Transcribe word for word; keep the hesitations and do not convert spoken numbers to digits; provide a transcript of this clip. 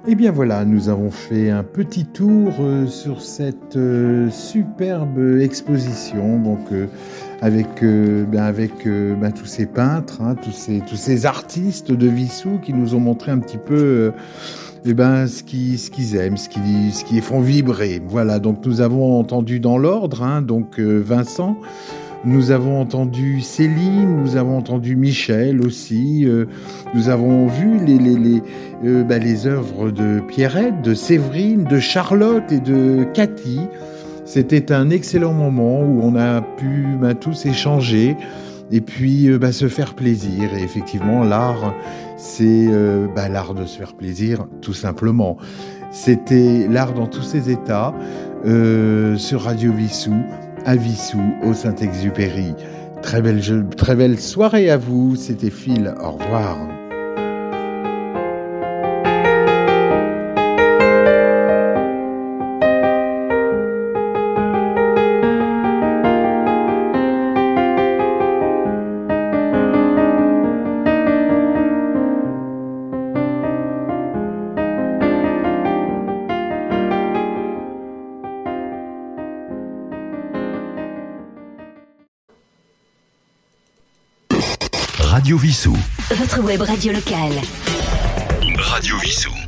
Eh bien voilà, nous avons fait un petit tour euh, sur cette euh, superbe exposition, donc euh, avec, euh, ben, avec euh, ben, tous ces peintres, hein, tous, ces, tous ces artistes de Wissous qui nous ont montré un petit peu euh, eh ben, ce, qui, ce qu'ils aiment, ce qui, ce qui les font vibrer. Voilà, donc nous avons entendu dans l'ordre, hein, donc euh, Vincent. Nous avons entendu Céline, nous avons entendu Michel aussi, euh, nous avons vu les, les, les, euh, bah, les œuvres de Pierrette, de Séverine, de Charlotte et de Cathy. C'était un excellent moment où on a pu bah, tous échanger et puis euh, bah, se faire plaisir. Et effectivement, l'art, c'est euh, bah, l'art de se faire plaisir, tout simplement. C'était l'art dans tous ses états, euh, sur Radio Wissous, à Wissous, au Saint-Exupéry. Très belle, très belle soirée à vous, c'était Phil, au revoir. Radio Wissous. Votre web radio locale. Radio Wissous.